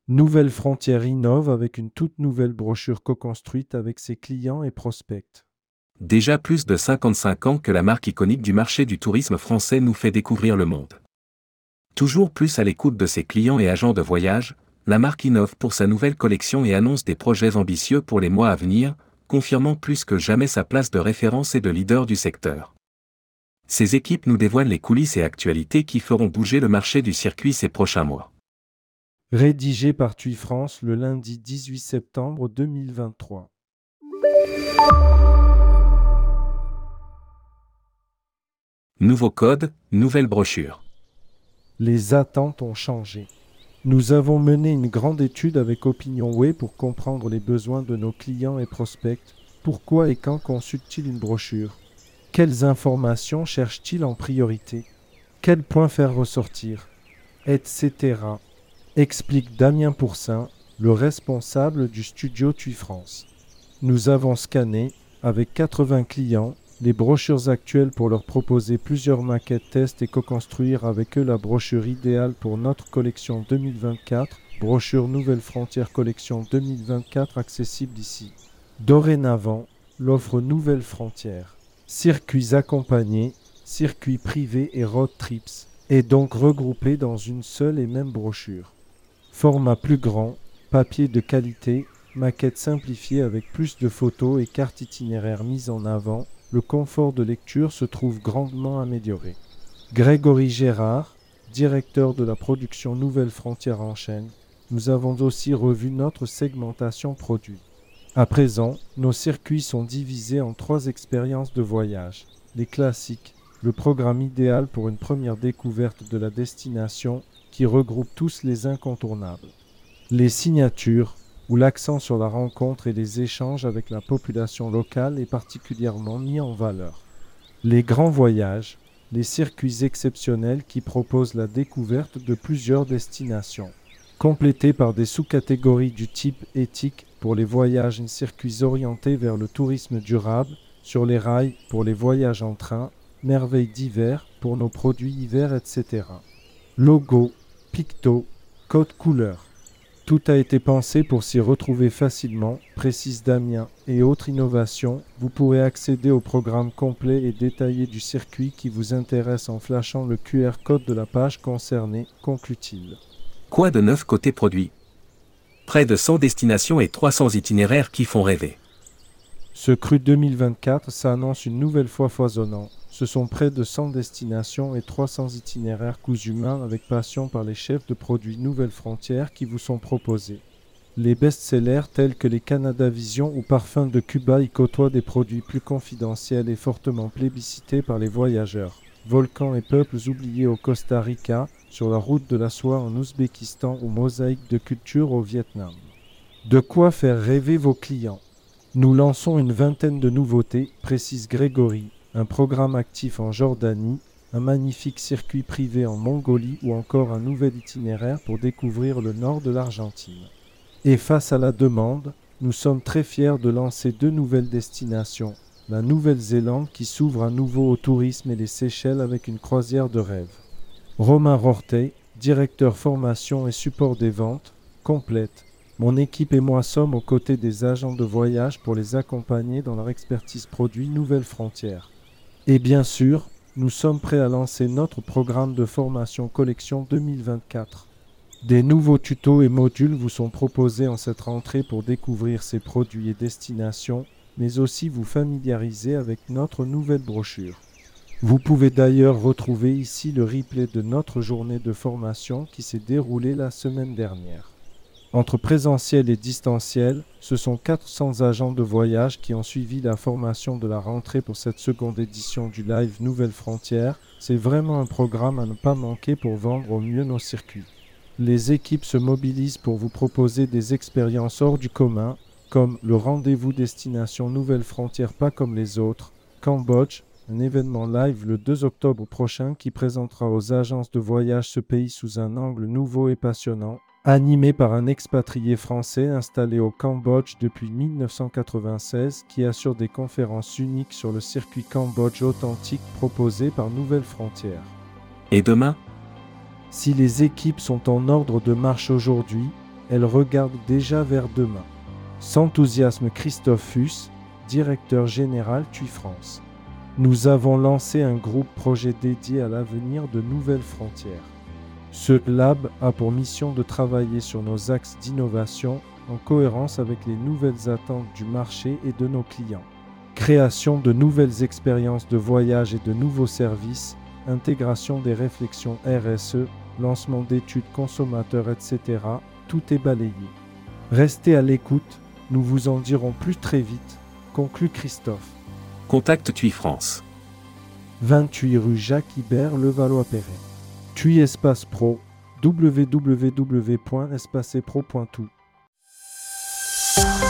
Nouvelle Frontière innove avec une toute nouvelle brochure co-construite avec ses clients et prospects. Déjà plus de 55 ans que la marque iconique du marché du tourisme français nous fait découvrir le monde. Toujours plus à l'écoute de ses clients et agents de voyage, la marque innove pour sa nouvelle collection et annonce des projets ambitieux pour les mois à venir, confirmant plus que jamais sa place de référence et de leader du secteur. Ses équipes nous dévoilent les coulisses et actualités qui feront bouger le marché du circuit ces prochains mois. Rédigé par TUI France le lundi 18 septembre 2023. Nouveau code, nouvelle brochure. Les attentes ont changé. Nous avons mené une grande étude avec OpinionWay pour comprendre les besoins de nos clients et prospects. Pourquoi et quand consultent-ils une brochure? Quelles informations cherchent-ils en priorité? Quels points faire ressortir? Etc. Explique Damien Pourcin, le responsable du studio TUI France. Nous avons scanné, avec 80 clients, les brochures actuelles pour leur proposer plusieurs maquettes tests et co-construire avec eux la brochure idéale pour notre collection 2024, brochure Nouvelle Frontière Collection 2024 accessible ici. Dorénavant, l'offre Nouvelle Frontière, circuits accompagnés, circuits privés et road trips, est donc regroupée dans une seule et même brochure. Format plus grand, papier de qualité, maquette simplifiée avec plus de photos et cartes itinéraires mises en avant, le confort de lecture se trouve grandement amélioré. Grégory Gérard, directeur de la production Nouvelle Frontière en chaîne, nous avons aussi revu notre segmentation produit. À présent, nos circuits sont divisés en 3 expériences de voyage. Les classiques, le programme idéal pour une première découverte de la destination qui regroupe tous les incontournables. Les signatures, où l'accent sur la rencontre et les échanges avec la population locale est particulièrement mis en valeur. Les grands voyages, les circuits exceptionnels qui proposent la découverte de plusieurs destinations. Complétés par des sous-catégories du type éthique pour les voyages et circuits orientés vers le tourisme durable, sur les rails pour les voyages en train, merveilles d'hiver pour nos produits hiver, etc. Logo, picto, code couleur. Tout a été pensé pour s'y retrouver facilement, précise Damien, et autres innovations, vous pourrez accéder au programme complet et détaillé du circuit qui vous intéresse en flashant le QR code de la page concernée, conclut-il. Quoi de neuf côté produit? Près de 100 destinations et 300 itinéraires qui font rêver. Ce cru 2024 s'annonce une nouvelle fois foisonnant. Ce sont près de 100 destinations et 300 itinéraires cousus main avec passion par les chefs de produits Nouvelle Frontière qui vous sont proposés. Les best-sellers tels que les Canada Vision ou Parfums de Cuba y côtoient des produits plus confidentiels et fortement plébiscités par les voyageurs. Volcans et peuples oubliés au Costa Rica, sur la route de la soie en Ouzbékistan ou mosaïque de culture au Vietnam. De quoi faire rêver vos clients. Nous lançons une vingtaine de nouveautés, précise Grégory, un programme actif en Jordanie, un magnifique circuit privé en Mongolie ou encore un nouvel itinéraire pour découvrir le nord de l'Argentine. Et face à la demande, nous sommes très fiers de lancer 2 nouvelles destinations, la Nouvelle-Zélande qui s'ouvre à nouveau au tourisme et les Seychelles avec une croisière de rêve. Romain Rortey, directeur formation et support des ventes, complète. Mon équipe et moi sommes aux côtés des agents de voyage pour les accompagner dans leur expertise produit Nouvelle Frontière. Et bien sûr, nous sommes prêts à lancer notre programme de formation collection 2024. Des nouveaux tutos et modules vous sont proposés en cette rentrée pour découvrir ces produits et destinations, mais aussi vous familiariser avec notre nouvelle brochure. Vous pouvez d'ailleurs retrouver ici le replay de notre journée de formation qui s'est déroulée la semaine dernière. Entre présentiel et distanciel, ce sont 400 agents de voyage qui ont suivi la formation de la rentrée pour cette seconde édition du Live Nouvelle Frontière. C'est vraiment un programme à ne pas manquer pour vendre au mieux nos circuits. Les équipes se mobilisent pour vous proposer des expériences hors du commun, comme le rendez-vous destination Nouvelle Frontière pas comme les autres, Cambodge, un événement live le 2 octobre prochain qui présentera aux agences de voyage ce pays sous un angle nouveau et passionnant, animé par un expatrié français installé au Cambodge depuis 1996 qui assure des conférences uniques sur le circuit Cambodge authentique proposé par Nouvelle Frontière. Et demain? Si les équipes sont en ordre de marche aujourd'hui, Elle regarde déjà vers demain. S'enthousiasme Christophe Fuss, directeur général TUI France. Nous avons lancé un groupe projet dédié à l'avenir de nouvelles frontières. Ce lab a pour mission de travailler sur nos axes d'innovation en cohérence avec les nouvelles attentes du marché et de nos clients. Création de nouvelles expériences de voyage et de nouveaux services, intégration des réflexions RSE, lancement d'études consommateurs, etc. Tout est balayé. Restez à l'écoute, nous vous en dirons plus très vite, conclut Christophe. Contacte TUI France. 28 rue Jacques Ibert, Levallois-Perret. TUI Espace Pro, www.espacepro.tout.